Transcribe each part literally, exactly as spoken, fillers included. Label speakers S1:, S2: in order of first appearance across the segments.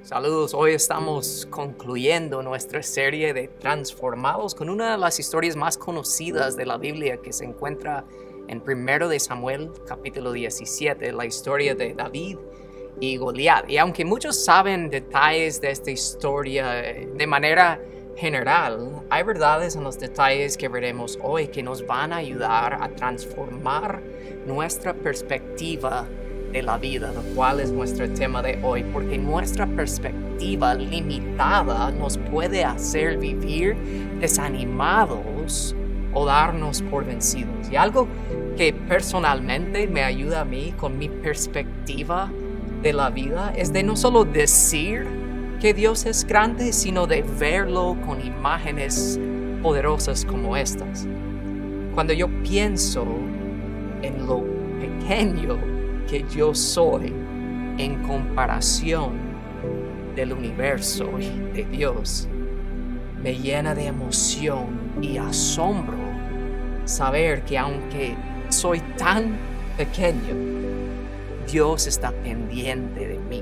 S1: Saludos, hoy estamos concluyendo nuestra serie de Transformados con una de las historias más conocidas de la Biblia que se encuentra en Primero de Samuel, capítulo diecisiete, la historia de David y Goliat. Y aunque muchos saben detalles de esta historia de manera general, hay verdades en los detalles que veremos hoy que nos van a ayudar a transformar nuestra perspectiva de la vida, lo cual es nuestro tema de hoy, porque nuestra perspectiva limitada nos puede hacer vivir desanimados o darnos por vencidos. Y algo que personalmente me ayuda a mí con mi perspectiva de la vida es de no solo decir que Dios es grande, sino de verlo con imágenes poderosas como estas. Cuando yo pienso en lo pequeño que yo soy en comparación del universo y de Dios, me llena de emoción y asombro saber que aunque soy tan pequeño, Dios está pendiente de mí,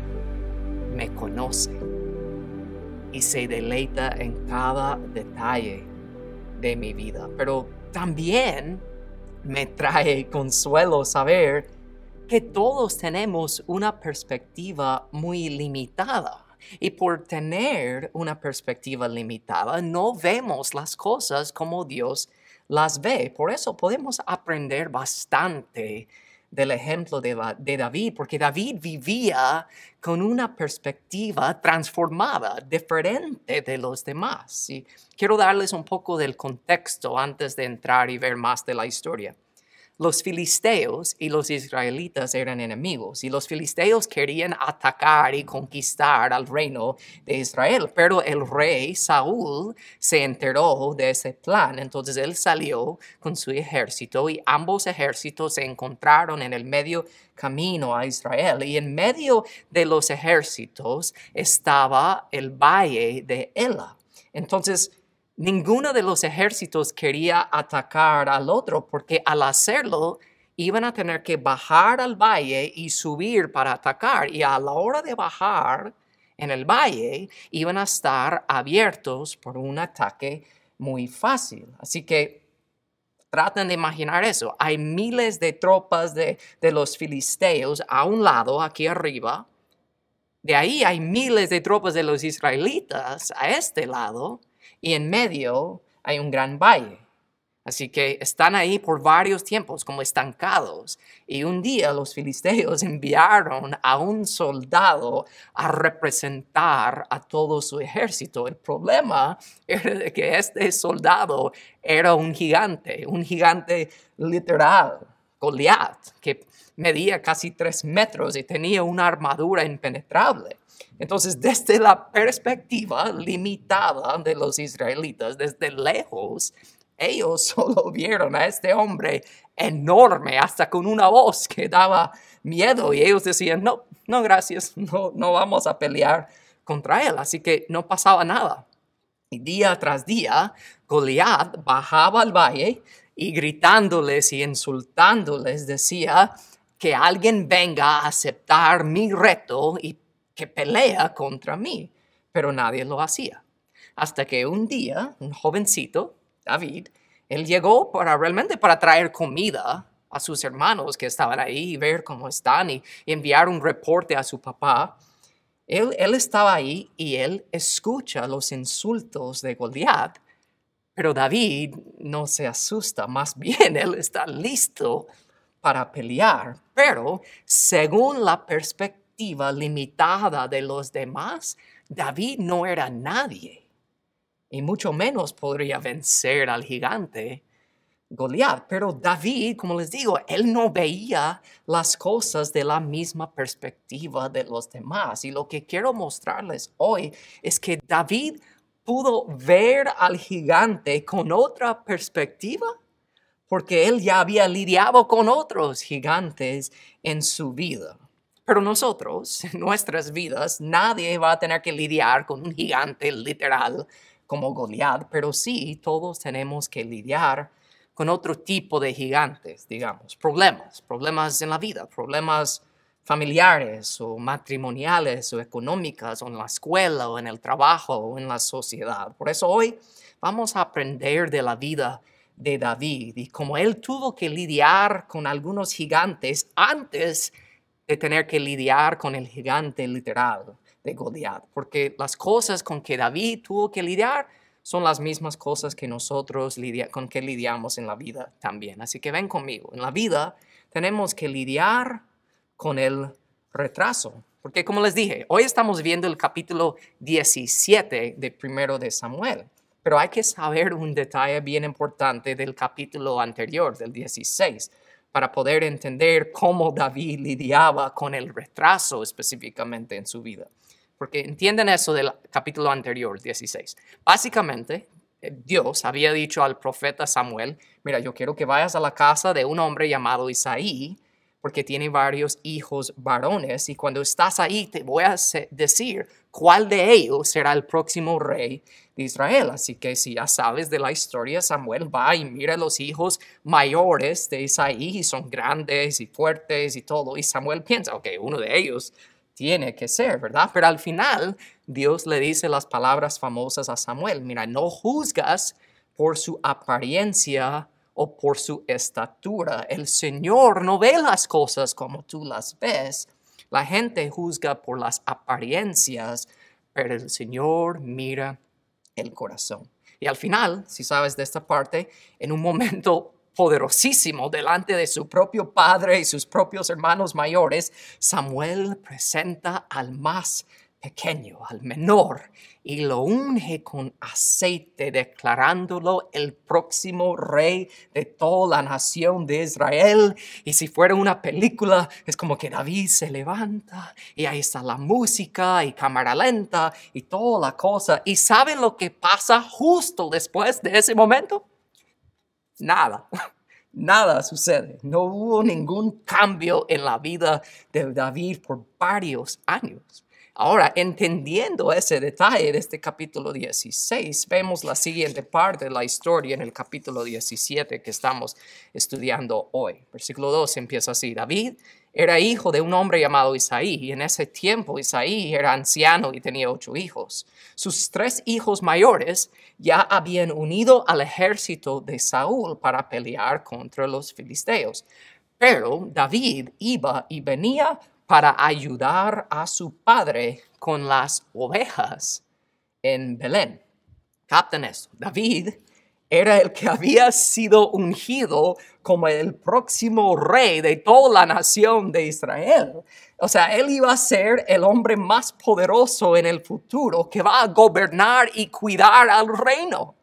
S1: me conoce y se deleita en cada detalle de mi vida. Pero también me trae consuelo saber que todos tenemos una perspectiva muy limitada. Y por tener una perspectiva limitada, no vemos las cosas como Dios las ve. Por eso podemos aprender bastante del ejemplo de, de David, porque David vivía con una perspectiva transformada, diferente de los demás. Y quiero darles un poco del contexto antes de entrar y ver más de la historia. Los filisteos y los israelitas eran enemigos, y los filisteos querían atacar y conquistar al reino de Israel, pero el rey Saúl se enteró de ese plan. Entonces él salió con su ejército y ambos ejércitos se encontraron en el medio camino a Israel, y en medio de los ejércitos estaba el valle de Ela. Entonces ninguno de los ejércitos quería atacar al otro, porque al hacerlo iban a tener que bajar al valle y subir para atacar. Y a la hora de bajar en el valle iban a estar abiertos por un ataque muy fácil. Así que traten de imaginar eso. Hay miles de tropas de, de los filisteos a un lado, aquí arriba. De ahí hay miles de tropas de los israelitas a este lado. Y en medio hay un gran valle. Así que están ahí por varios tiempos como estancados. Y un día los filisteos enviaron a un soldado a representar a todo su ejército. El problema era que este soldado era un gigante, un gigante literal, Goliat, que medía casi tres metros y tenía una armadura impenetrable. Entonces, desde la perspectiva limitada de los israelitas, desde lejos, ellos solo vieron a este hombre enorme, hasta con una voz que daba miedo, y ellos decían, no, no gracias, no, no vamos a pelear contra él. Así que no pasaba nada. Y día tras día, Goliat bajaba al valle y gritándoles y insultándoles decía que alguien venga a aceptar mi reto y que pelea contra mí, pero nadie lo hacía. Hasta que un día, un jovencito, David, él llegó para realmente para traer comida a sus hermanos que estaban ahí y ver cómo están y, y enviar un reporte a su papá. Él, él estaba ahí y él escucha los insultos de Goliat, pero David no se asusta, más bien él está listo para pelear, pero según la perspectiva limitada de los demás, David no era nadie y mucho menos podría vencer al gigante Goliat. Pero David, como les digo, él no veía las cosas de la misma perspectiva de los demás. Y lo que quiero mostrarles hoy es que David pudo ver al gigante con otra perspectiva, porque él ya había lidiado con otros gigantes en su vida. Pero nosotros, en nuestras vidas, nadie va a tener que lidiar con un gigante literal como Goliat, pero sí todos tenemos que lidiar con otro tipo de gigantes, digamos, problemas, problemas en la vida, problemas familiares o matrimoniales o económicas o en la escuela o en el trabajo o en la sociedad. Por eso hoy vamos a aprender de la vida de David y cómo él tuvo que lidiar con algunos gigantes antes de tener que lidiar con el gigante literal de Goliat, porque las cosas con que David tuvo que lidiar son las mismas cosas que nosotros lidia- con que lidiamos en la vida también. Así que ven conmigo, en la vida tenemos que lidiar con el retraso, porque como les dije, hoy estamos viendo el capítulo diecisiete de Primero de Samuel, pero hay que saber un detalle bien importante del capítulo anterior, del dieciséis, para poder entender cómo David lidiaba con el retraso específicamente en su vida. Porque entienden eso del capítulo anterior, dieciséis. Básicamente, Dios había dicho al profeta Samuel, mira, yo quiero que vayas a la casa de un hombre llamado Isaí, porque tiene varios hijos varones, y cuando estás ahí te voy a decir cuál de ellos será el próximo rey de Israel. Así que si ya sabes de la historia, Samuel va y mira a los hijos mayores de Isaí, y son grandes y fuertes y todo, y Samuel piensa, ok, uno de ellos tiene que ser, ¿verdad? Pero al final, Dios le dice las palabras famosas a Samuel, mira, no juzgas por su apariencia o por su estatura. El Señor no ve las cosas como tú las ves. La gente juzga por las apariencias, pero el Señor mira el corazón. Y al final, si sabes de esta parte, en un momento poderosísimo delante de su propio padre y sus propios hermanos mayores, Samuel presenta al más pequeño, al menor, y lo unge con aceite, declarándolo el próximo rey de toda la nación de Israel. Y si fuera una película, es como que David se levanta y ahí está la música y cámara lenta y toda la cosa. ¿Y saben lo que pasa justo después de ese momento? Nada. Nada sucede. No hubo ningún cambio en la vida de David por varios años. Ahora, entendiendo ese detalle de este capítulo dieciséis, vemos la siguiente parte de la historia en el capítulo diecisiete que estamos estudiando hoy. Versículo dos empieza así. David era hijo de un hombre llamado Isaí, y en ese tiempo Isaí era anciano y tenía ocho hijos. Sus tres hijos mayores ya habían unido al ejército de Saúl para pelear contra los filisteos. Pero David iba y venía para ayudar a su padre con las ovejas en Belén. Capten esto. David era el que había sido ungido como el próximo rey de toda la nación de Israel. O sea, él iba a ser el hombre más poderoso en el futuro que va a gobernar y cuidar al reino.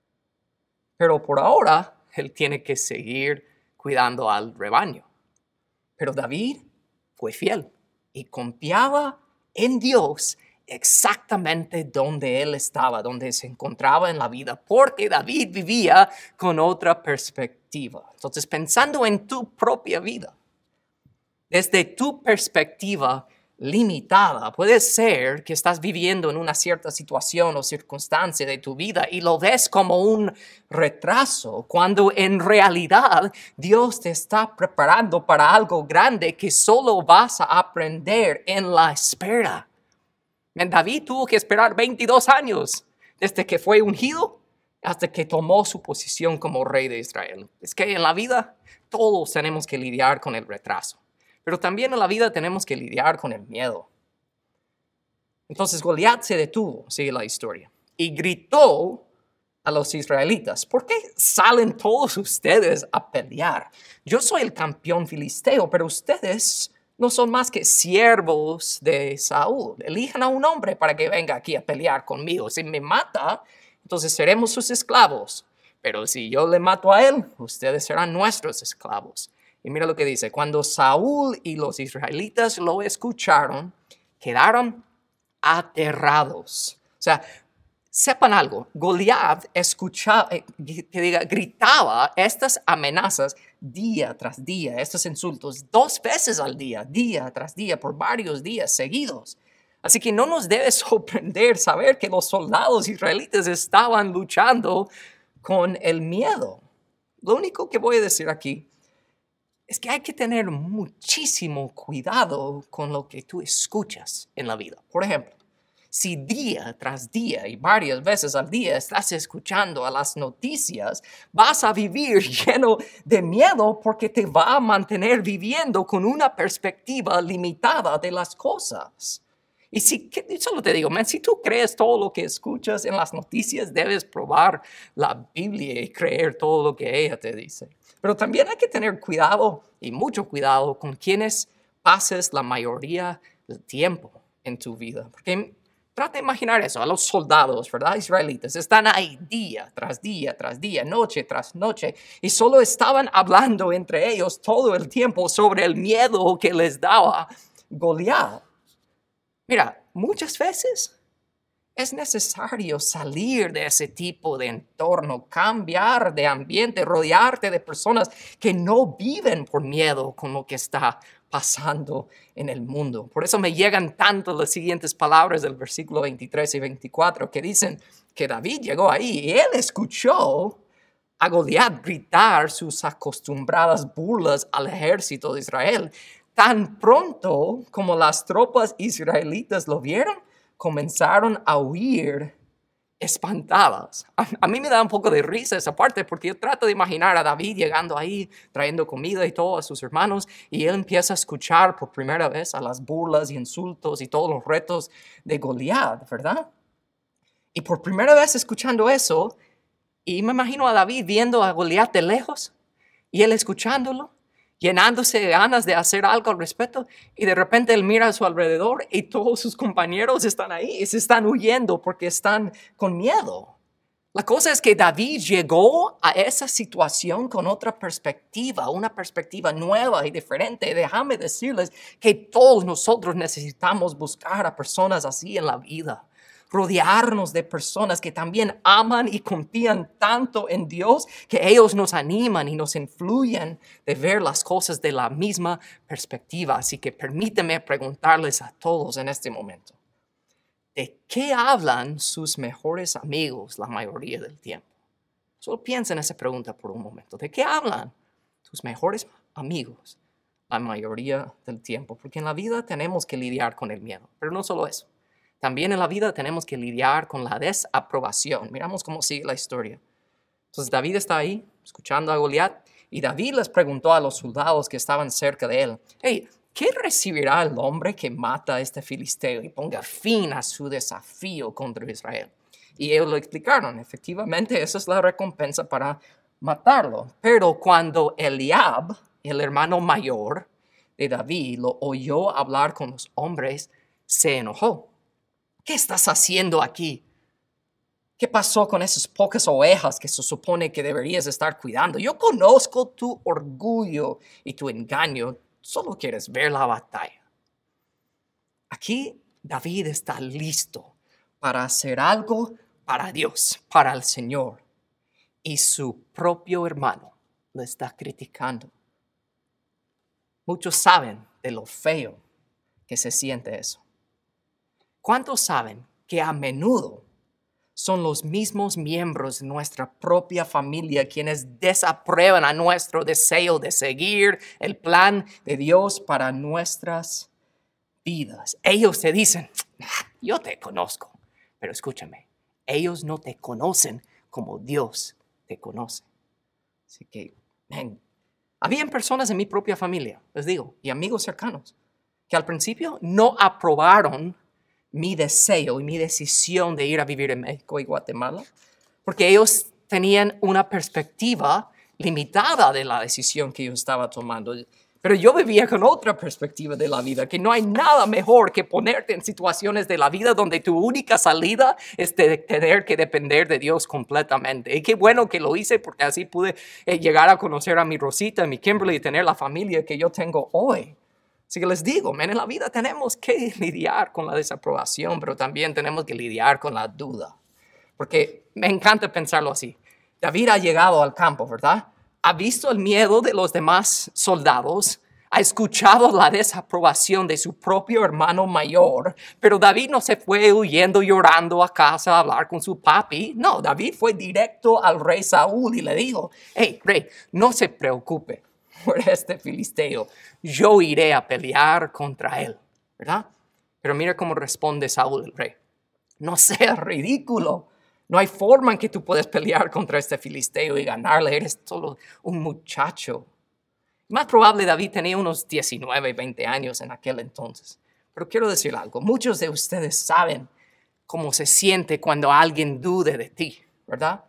S1: Pero por ahora, él tiene que seguir cuidando al rebaño. Pero David fue fiel y confiaba en Dios exactamente donde él estaba, donde se encontraba en la vida, porque David vivía con otra perspectiva. Entonces, pensando en tu propia vida, desde tu perspectiva limitada, puede ser que estás viviendo en una cierta situación o circunstancia de tu vida y lo ves como un retraso, cuando en realidad Dios te está preparando para algo grande que solo vas a aprender en la espera. David tuvo que esperar veintidós años desde que fue ungido hasta que tomó su posición como rey de Israel. Es que en la vida todos tenemos que lidiar con el retraso. Pero también en la vida tenemos que lidiar con el miedo. Entonces Goliat se detuvo, sigue la historia, y gritó a los israelitas, ¿por qué salen todos ustedes a pelear? Yo soy el campeón filisteo, pero ustedes no son más que siervos de Saúl. Elijan a un hombre para que venga aquí a pelear conmigo. Si me mata, entonces seremos sus esclavos. Pero si yo le mato a él, ustedes serán nuestros esclavos. Y mira lo que dice, cuando Saúl y los israelitas lo escucharon, quedaron aterrados. O sea, sepan algo, Goliat escuchaba, que diga, gritaba estas amenazas día tras día, estos insultos dos veces al día, día tras día, por varios días seguidos. Así que no nos debe sorprender saber que los soldados israelitas estaban luchando con el miedo. Lo único que voy a decir aquí es que hay que tener muchísimo cuidado con lo que tú escuchas en la vida. Por ejemplo, si día tras día y varias veces al día estás escuchando a las noticias, vas a vivir lleno de miedo porque te va a mantener viviendo con una perspectiva limitada de las cosas. Y si, solo te digo, man, si tú crees todo lo que escuchas en las noticias, debes probar la Biblia y creer todo lo que ella te dice. Pero también hay que tener cuidado y mucho cuidado con quienes pases la mayoría del tiempo en tu vida. Porque trata de imaginar eso, a los soldados, ¿verdad? Israelitas, están ahí día tras día tras día, noche tras noche, y solo estaban hablando entre ellos todo el tiempo sobre el miedo que les daba Goliat. Mira, muchas veces es necesario salir de ese tipo de entorno, cambiar de ambiente, rodearte de personas que no viven por miedo con lo que está pasando en el mundo. Por eso me llegan tanto las siguientes palabras del versículo veintitrés y veinticuatro que dicen que David llegó ahí y él escuchó a Goliat gritar sus acostumbradas burlas al ejército de Israel. Tan pronto como las tropas israelitas lo vieron, comenzaron a huir espantadas. A, a mí me da un poco de risa esa parte porque yo trato de imaginar a David llegando ahí, trayendo comida y todo a sus hermanos, y él empieza a escuchar por primera vez a las burlas y insultos y todos los retos de Goliat, ¿verdad? Y por primera vez escuchando eso, y me imagino a David viendo a Goliat de lejos, y él escuchándolo, llenándose de ganas de hacer algo al respecto, y de repente él mira a su alrededor y todos sus compañeros están ahí y se están huyendo porque están con miedo. La cosa es que David llegó a esa situación con otra perspectiva, una perspectiva nueva y diferente. Déjame decirles que todos nosotros necesitamos buscar a personas así en la vida. Rodearnos de personas que también aman y confían tanto en Dios que ellos nos animan y nos influyen de ver las cosas de la misma perspectiva. Así que permíteme preguntarles a todos en este momento, ¿de qué hablan sus mejores amigos la mayoría del tiempo? Solo piensa en esa pregunta por un momento. ¿De qué hablan tus mejores amigos la mayoría del tiempo? Porque en la vida tenemos que lidiar con el miedo, pero no solo eso. También en la vida tenemos que lidiar con la desaprobación. Miramos cómo sigue la historia. Entonces David está ahí, escuchando a Goliat, y David les preguntó a los soldados que estaban cerca de él, hey, ¿qué recibirá el hombre que mata a este filisteo y ponga fin a su desafío contra Israel? Y ellos lo explicaron. Efectivamente, esa es la recompensa para matarlo. Pero cuando Eliab, el hermano mayor de David, lo oyó hablar con los hombres, se enojó. ¿Qué estás haciendo aquí? ¿Qué pasó con esas pocas ovejas que se supone que deberías estar cuidando? Yo conozco tu orgullo y tu engaño. Solo quieres ver la batalla. Aquí David está listo para hacer algo para Dios, para el Señor. Y su propio hermano lo está criticando. Muchos saben de lo feo que se siente eso. ¿Cuántos saben que a menudo son los mismos miembros de nuestra propia familia quienes desaprueban a nuestro deseo de seguir el plan de Dios para nuestras vidas? Ellos te dicen, yo te conozco, pero escúchame, ellos no te conocen como Dios te conoce. Así que, man, habían personas en mi propia familia, les digo, y amigos cercanos, que al principio no aprobaron mi deseo y mi decisión de ir a vivir en México y Guatemala, porque ellos tenían una perspectiva limitada de la decisión que yo estaba tomando. Pero yo vivía con otra perspectiva de la vida, que no hay nada mejor que ponerte en situaciones de la vida donde tu única salida es de tener que depender de Dios completamente. Y qué bueno que lo hice, porque así pude eh, llegar a conocer a mi Rosita, a mi Kimberly, y tener la familia que yo tengo hoy. Así que les digo, man, en la vida tenemos que lidiar con la desaprobación, pero también tenemos que lidiar con la duda. Porque me encanta pensarlo así. David ha llegado al campo, ¿verdad? Ha visto el miedo de los demás soldados, ha escuchado la desaprobación de su propio hermano mayor, pero David no se fue huyendo, llorando a casa a hablar con su papi. No, David fue directo al rey Saúl y le dijo, hey, rey, no se preocupe. por este filisteo, yo iré a pelear contra él, ¿verdad? Pero mira cómo responde Saúl el rey. No seas ridículo. No hay forma en que tú puedas pelear contra este filisteo y ganarle. Eres solo un muchacho. Más probable David tenía unos diecinueve, veinte años en aquel entonces. Pero quiero decir algo. Muchos de ustedes saben cómo se siente cuando alguien dude de ti, ¿verdad?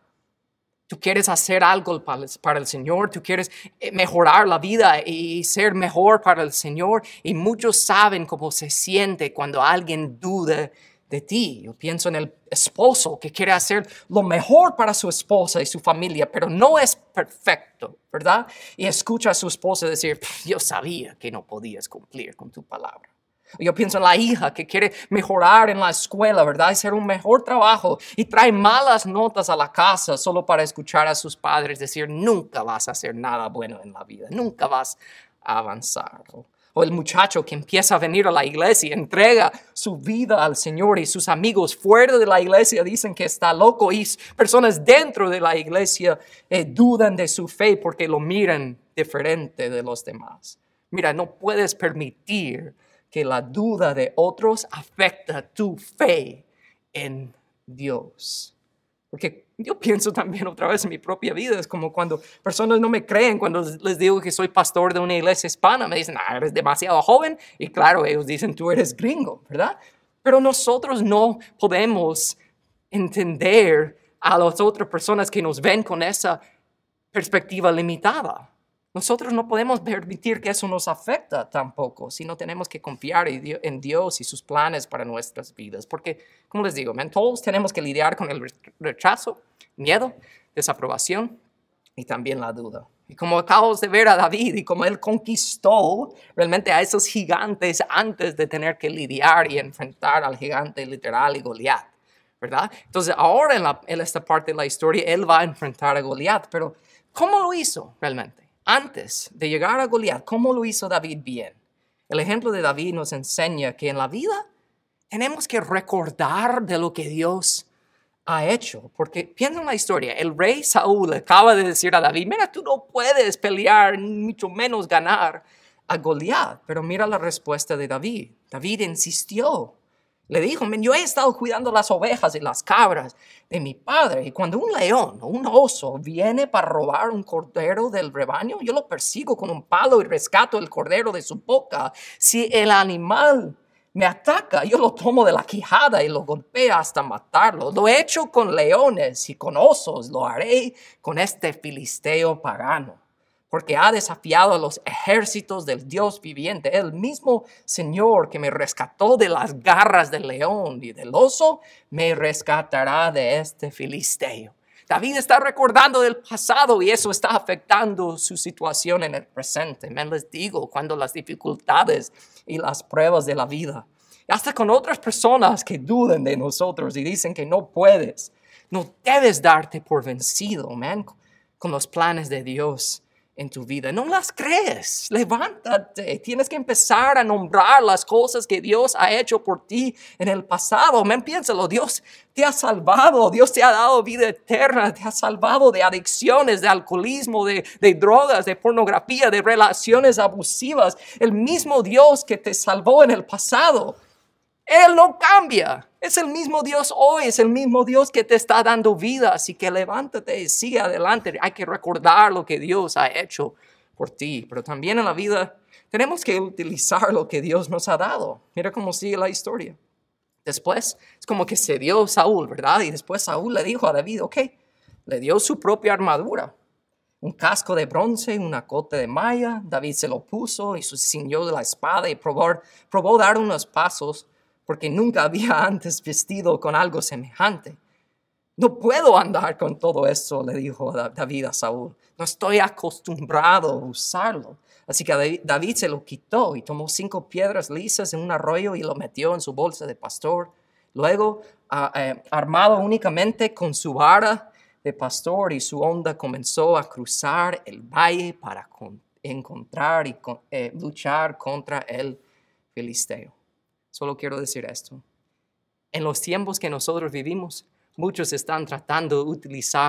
S1: Tú quieres hacer algo para el Señor, tú quieres mejorar la vida y ser mejor para el Señor. Y muchos saben cómo se siente cuando alguien duda de ti. Yo pienso en el esposo que quiere hacer lo mejor para su esposa y su familia, pero no es perfecto, ¿verdad? Y escucha a su esposa decir, yo sabía que no podías cumplir con tu palabra. Yo pienso en la hija que quiere mejorar en la escuela, ¿verdad? Hacer un mejor trabajo y trae malas notas a la casa solo para escuchar a sus padres decir, nunca vas a hacer nada bueno en la vida, nunca vas a avanzar. O el muchacho que empieza a venir a la iglesia, entrega su vida al Señor y sus amigos fuera de la iglesia dicen que está loco y personas dentro de la iglesia eh, dudan de su fe porque lo miran diferente de los demás. Mira, no puedes permitir que la duda de otros afecta tu fe en Dios. Porque yo pienso también otra vez en mi propia vida. Es como cuando personas no me creen cuando les digo que soy pastor de una iglesia hispana. Me dicen, ah, eres demasiado joven. Y claro, ellos dicen, tú eres gringo, ¿verdad? Pero nosotros no podemos entender a las otras personas que nos ven con esa perspectiva limitada. Nosotros no podemos permitir que eso nos afecte tampoco, sino tenemos que confiar en Dios y sus planes para nuestras vidas. Porque, como les digo, todos tenemos que lidiar con el rechazo, miedo, desaprobación y también la duda. Y como acabamos de ver a David y como él conquistó realmente a esos gigantes antes de tener que lidiar y enfrentar al gigante literal y Goliat, ¿verdad? Entonces ahora en, la, en esta parte de la historia él va a enfrentar a Goliat, pero ¿cómo lo hizo realmente? Antes de llegar a Goliat, ¿cómo lo hizo David bien? El ejemplo de David nos enseña que en la vida tenemos que recordar de lo que Dios ha hecho. Porque piensa en la historia, el rey Saúl acaba de decir a David, mira, tú no puedes pelear, mucho menos ganar a Goliat. Pero mira la respuesta de David. David insistió. Le dijo, yo he estado cuidando las ovejas y las cabras de mi padre. Y cuando un león o un oso viene para robar un cordero del rebaño, yo lo persigo con un palo y rescato el cordero de su boca. Si el animal me ataca, yo lo tomo de la quijada y lo golpeo hasta matarlo. Lo he hecho con leones y con osos, lo haré con este filisteo pagano. Porque ha desafiado a los ejércitos del Dios viviente. El mismo Señor que me rescató de las garras del león y del oso, me rescatará de este filisteo. David está recordando del pasado y eso está afectando su situación en el presente. Me les digo, cuando las dificultades y las pruebas de la vida, hasta con otras personas que duden de nosotros y dicen que no puedes, no debes darte por vencido, man, con los planes de Dios en tu vida. No las crees. Levántate. Tienes que empezar a nombrar las cosas que Dios ha hecho por ti en el pasado. Men, piénsalo. Dios te ha salvado. Dios te ha dado vida eterna. Te ha salvado de adicciones, de alcoholismo, de, de drogas, de pornografía, de relaciones abusivas. El mismo Dios que te salvó en el pasado. Él no cambia. Es el mismo Dios hoy, es el mismo Dios que te está dando vida. Así que levántate y sigue adelante. Hay que recordar lo que Dios ha hecho por ti. Pero también en la vida tenemos que utilizar lo que Dios nos ha dado. Mira cómo sigue la historia. Después es como que se dio Saúl, ¿verdad? Y después Saúl le dijo a David, ok, le dio su propia armadura. Un casco de bronce, una cota de malla. David se lo puso y se ciñó de la espada y probó, probó dar unos pasos porque nunca había antes vestido con algo semejante. No puedo andar con todo eso, le dijo David a Saúl. No estoy acostumbrado a usarlo. Así que David se lo quitó y tomó cinco piedras lisas en un arroyo y lo metió en su bolsa de pastor. Luego, uh, eh, armado únicamente con su vara de pastor y su onda, comenzó a cruzar el valle para con, encontrar y con, eh, luchar contra el filisteo. Solo quiero decir esto. En los tiempos que nosotros vivimos, muchos están tratando de utilizar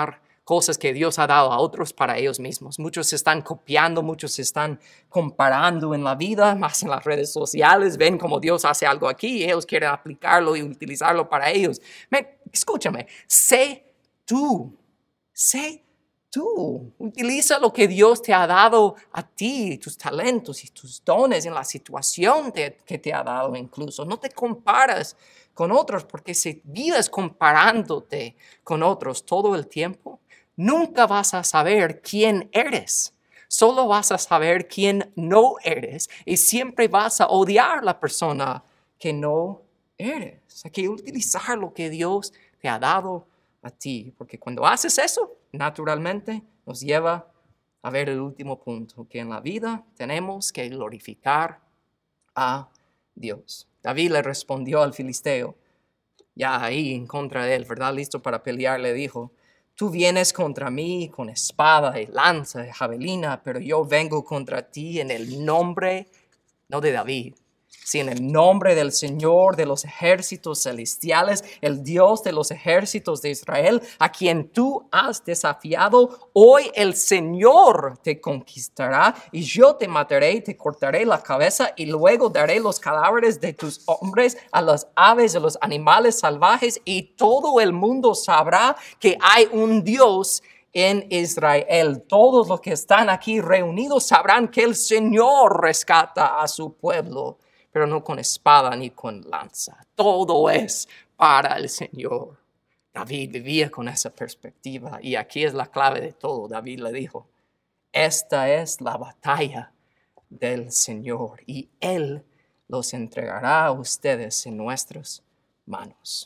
S1: cosas que Dios ha dado a otros para ellos mismos. Muchos se están copiando, muchos se están comparando en la vida, más en las redes sociales, ven como Dios hace algo aquí y ellos quieren aplicarlo y utilizarlo para ellos. Me, escúchame, sé tú, sé tú. Utiliza lo que Dios te ha dado a ti, tus talentos y tus dones en la situación te, que te ha dado incluso. No te comparas con otros, porque si vives comparándote con otros todo el tiempo, nunca vas a saber quién eres. Solo vas a saber quién no eres y siempre vas a odiar a la persona que no eres. Hay que utilizar lo que Dios te ha dado a ti, porque cuando haces eso, naturalmente nos lleva a ver el último punto, que en la vida tenemos que glorificar a Dios. David le respondió al filisteo, ya ahí en contra de él, ¿verdad? Listo para pelear, le dijo, tú vienes contra mí con espada y lanza y javelina, pero yo vengo contra ti en el nombre, no de David, sino en el nombre del Señor de los ejércitos celestiales, el Dios de los ejércitos de Israel, a quien tú has desafiado. Hoy el Señor te conquistará y yo te mataré y te cortaré la cabeza y luego daré los cadáveres de tus hombres a las aves de los animales salvajes y todo el mundo sabrá que hay un Dios en Israel. Todos los que están aquí reunidos sabrán que el Señor rescata a su pueblo, pero no con espada ni con lanza. Todo es para el Señor. David vivía con esa perspectiva y aquí es la clave de todo. David le dijo, esta es la batalla del Señor y Él los entregará a ustedes en nuestras manos.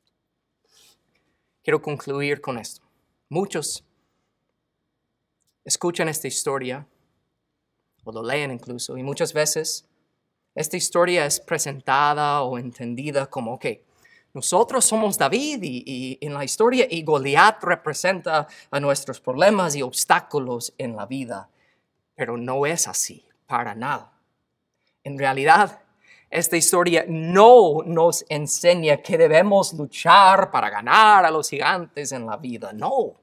S1: Quiero concluir con esto. Muchos escuchan esta historia o lo leen incluso y muchas veces esta historia es presentada o entendida como que nosotros somos David y, y en la historia y Goliat representa a nuestros problemas y obstáculos en la vida. Pero no es así, para nada. En realidad, esta historia no nos enseña que debemos luchar para ganar a los gigantes en la vida. No.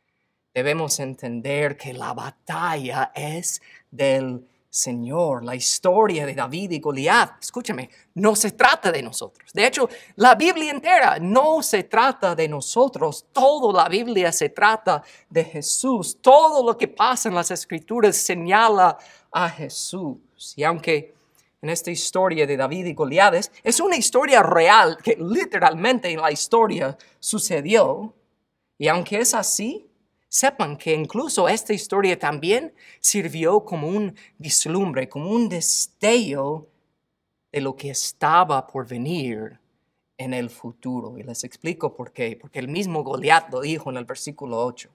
S1: Debemos entender que la batalla es del Señor. La historia de David y Goliat, escúchame, no se trata de nosotros. De hecho, la Biblia entera no se trata de nosotros. Toda la Biblia se trata de Jesús. Todo lo que pasa en las Escrituras señala a Jesús. Y aunque en esta historia de David y Goliat es, es una historia real que literalmente en la historia sucedió, y aunque es así, sepan que incluso esta historia también sirvió como un vislumbre, como un destello de lo que estaba por venir en el futuro. Y les explico por qué. Porque el mismo Goliat lo dijo en el versículo ocho.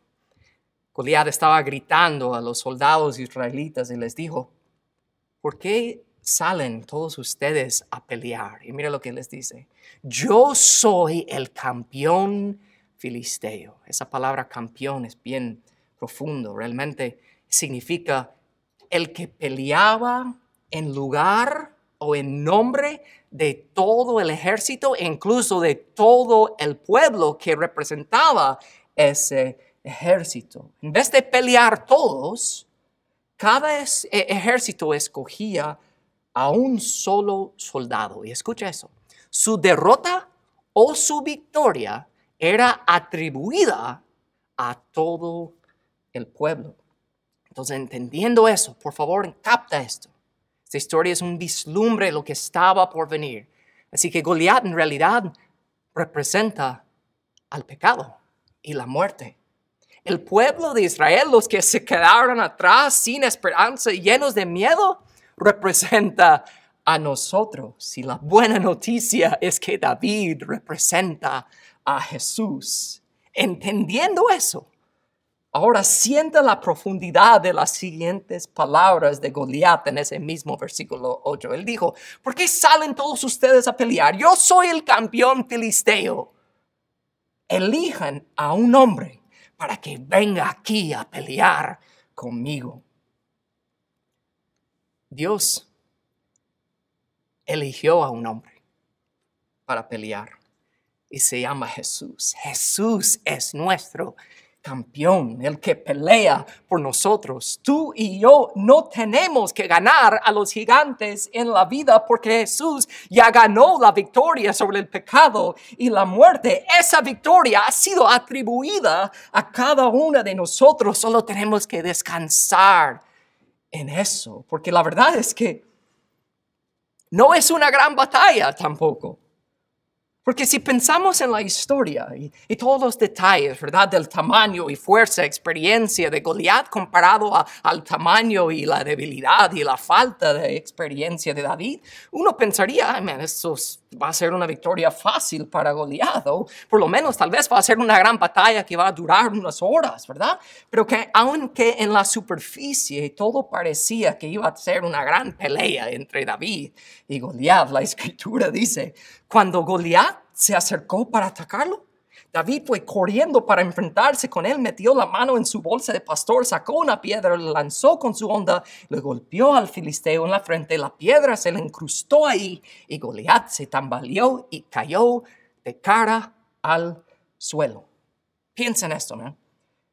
S1: Goliat estaba gritando a los soldados israelitas y les dijo, ¿por qué salen todos ustedes a pelear? Y mira lo que les dice. Yo soy el campeón filisteo. Esa palabra campeón es bien profundo. Realmente significa el que peleaba en lugar o en nombre de todo el ejército e incluso de todo el pueblo que representaba ese ejército. En vez de pelear todos, cada ejército escogía a un solo soldado. Y escucha eso. Su derrota o su victoria era atribuida a todo el pueblo. Entonces, entendiendo eso, por favor, capta esto. Esta historia es un vislumbre de lo que estaba por venir. Así que Goliat en realidad representa al pecado y la muerte. El pueblo de Israel, los que se quedaron atrás sin esperanza y llenos de miedo, representa a nosotros. Y la buena noticia es que David representa a Jesús. Entendiendo eso, ahora sienta la profundidad de las siguientes palabras de Goliat en ese mismo versículo ocho. Él dijo, ¿por qué salen todos ustedes a pelear? Yo soy el campeón filisteo. Elijan a un hombre para que venga aquí a pelear conmigo. Dios eligió a un hombre para pelear y se llama Jesús. Jesús es nuestro campeón, el que pelea por nosotros. Tú y yo no tenemos que ganar a los gigantes en la vida porque Jesús ya ganó la victoria sobre el pecado y la muerte. Esa victoria ha sido atribuida a cada uno de nosotros. Solo tenemos que descansar en eso, porque la verdad es que no es una gran batalla tampoco. Porque si pensamos en la historia y, y todos los detalles, ¿verdad? Del tamaño y fuerza, experiencia de Goliat comparado a, al tamaño y la debilidad y la falta de experiencia de David, uno pensaría, ay, man, esto va a ser una victoria fácil para Goliat, o por lo menos tal vez va a ser una gran batalla que va a durar unas horas, ¿verdad? Pero que aunque en la superficie todo parecía que iba a ser una gran pelea entre David y Goliat, la Escritura dice, cuando Goliat se acercó para atacarlo, David fue corriendo para enfrentarse con él, metió la mano en su bolsa de pastor, sacó una piedra, la lanzó con su honda, le golpeó al filisteo en la frente, la piedra se le incrustó ahí y Goliat se tambaleó y cayó de cara al suelo. Piensa en esto, ¿no?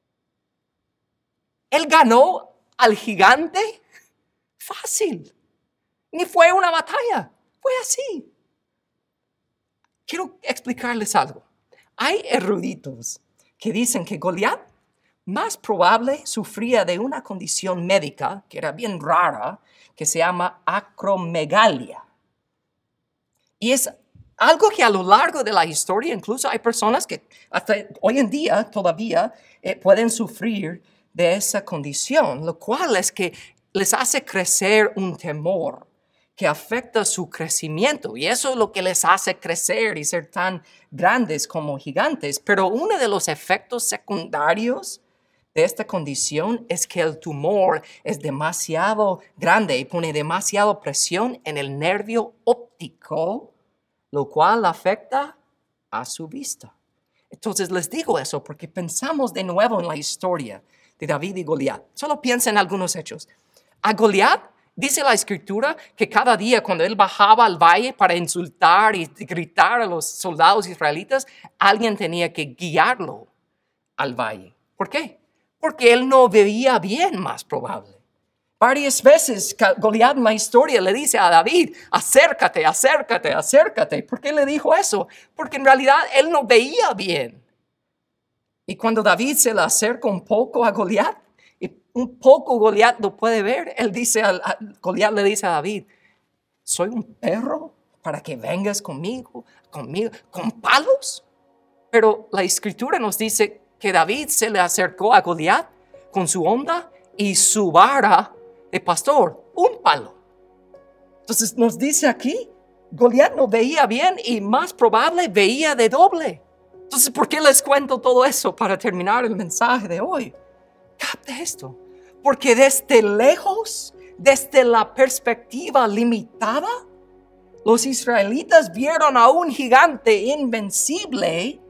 S1: Él ganó al gigante fácil. Ni fue una batalla, fue así. Quiero explicarles algo. Hay eruditos que dicen que Goliat más probable sufría de una condición médica que era bien rara, que se llama acromegalia. Y es algo que a lo largo de la historia, incluso hay personas que hasta hoy en día todavía eh, pueden sufrir de esa condición, lo cual es que les hace crecer un temor que afecta su crecimiento, y eso es lo que les hace crecer y ser tan grandes como gigantes. Pero uno de los efectos secundarios de esta condición es que el tumor es demasiado grande y pone demasiada presión en el nervio óptico, lo cual afecta a su vista. Entonces les digo eso porque pensamos de nuevo en la historia de David y Goliat. Solo piensa en algunos hechos. A Goliat dice la Escritura que cada día cuando él bajaba al valle para insultar y gritar a los soldados israelitas, alguien tenía que guiarlo al valle. ¿Por qué? Porque él no veía bien, más probable. Varias veces Goliat en la historia le dice a David, acércate, acércate, acércate. ¿Por qué le dijo eso? Porque en realidad él no veía bien. Y cuando David se le acerca un poco a Goliat, un poco Goliat lo puede ver. Él dice, a, a, Goliat le dice a David, ¿soy un perro para que vengas conmigo, conmigo, con palos? Pero la Escritura nos dice que David se le acercó a Goliat con su honda y su vara de pastor, un palo. Entonces nos dice aquí, Goliat no veía bien y más probable veía de doble. Entonces, ¿por qué les cuento todo eso para terminar el mensaje de hoy? Capta esto. Porque desde lejos, desde la perspectiva limitada, los israelitas vieron a un gigante invencible,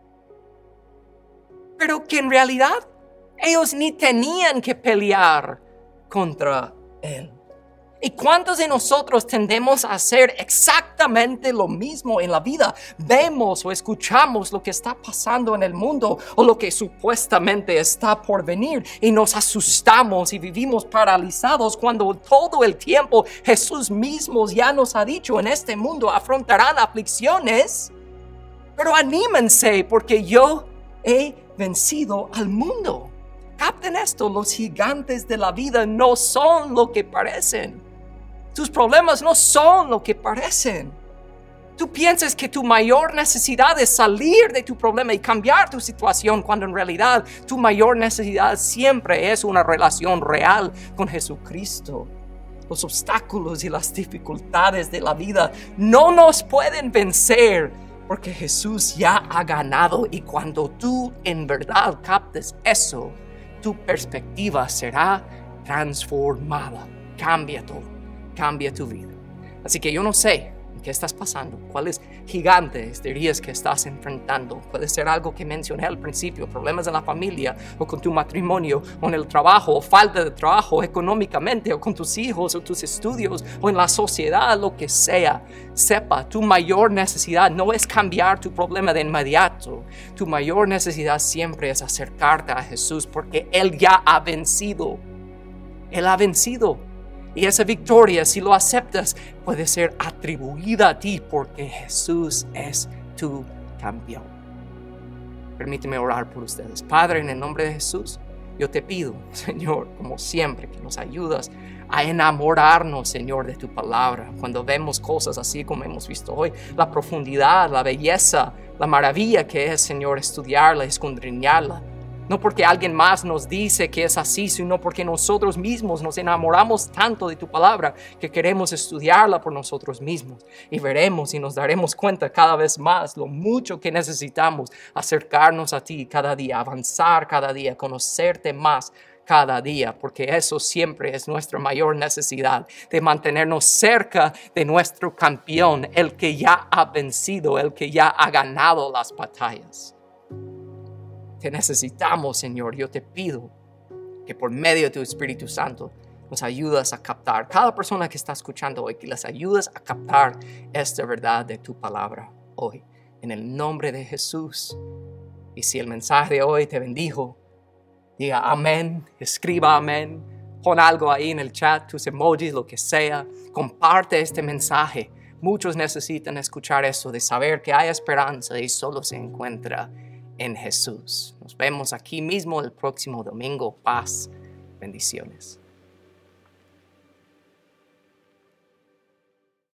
S1: pero que en realidad ellos ni tenían que pelear contra él. ¿Y cuántos de nosotros tendemos a hacer exactamente lo mismo en la vida? Vemos o escuchamos lo que está pasando en el mundo o lo que supuestamente está por venir y nos asustamos y vivimos paralizados cuando todo el tiempo Jesús mismo ya nos ha dicho, en este mundo afrontarán aflicciones, pero anímense porque yo he vencido al mundo. Capten esto, los gigantes de la vida no son lo que parecen. Tus problemas no son lo que parecen. Tú piensas que tu mayor necesidad es salir de tu problema y cambiar tu situación, cuando en realidad tu mayor necesidad siempre es una relación real con Jesucristo. Los obstáculos y las dificultades de la vida no nos pueden vencer porque Jesús ya ha ganado, y cuando tú en verdad captes eso, tu perspectiva será transformada. Cambia todo. Cambia tu vida. Así que yo no sé ¿Qué estás pasando? ¿Cuáles gigantes dirías que estás enfrentando? Puede ser algo que mencioné al principio, problemas en la familia, o con tu matrimonio, o en el trabajo, o falta de trabajo económicamente, o con tus hijos, o tus estudios, o en la sociedad, lo que sea. Sepa, tu mayor necesidad no es cambiar tu problema de inmediato. Tu mayor necesidad siempre es acercarte a Jesús, porque Él ya ha vencido. Él ha vencido. Y esa victoria, si lo aceptas, puede ser atribuida a ti porque Jesús es tu campeón. Permíteme orar por ustedes. Padre, en el nombre de Jesús, yo te pido, Señor, como siempre, que nos ayudas a enamorarnos, Señor, de tu palabra. Cuando vemos cosas así como hemos visto hoy, la profundidad, la belleza, la maravilla que es, Señor, estudiarla, escudriñarla. No porque alguien más nos dice que es así, sino porque nosotros mismos nos enamoramos tanto de tu palabra que queremos estudiarla por nosotros mismos. Y veremos y nos daremos cuenta cada vez más lo mucho que necesitamos acercarnos a ti cada día, avanzar cada día, conocerte más cada día, porque eso siempre es nuestra mayor necesidad, de mantenernos cerca de nuestro campeón, el que ya ha vencido, el que ya ha ganado las batallas. Te necesitamos, Señor. Yo te pido que por medio de tu Espíritu Santo nos ayudas a captar, cada persona que está escuchando hoy, que les ayudas a captar esta verdad de tu palabra hoy, en el nombre de Jesús. Y si el mensaje de hoy te bendijo, diga amén, escriba amén, pon algo ahí en el chat, tus emojis, lo que sea, comparte este mensaje. Muchos necesitan escuchar eso, de saber que hay esperanza y solo se encuentra en Jesús. Nos vemos aquí mismo el próximo domingo. Paz, bendiciones.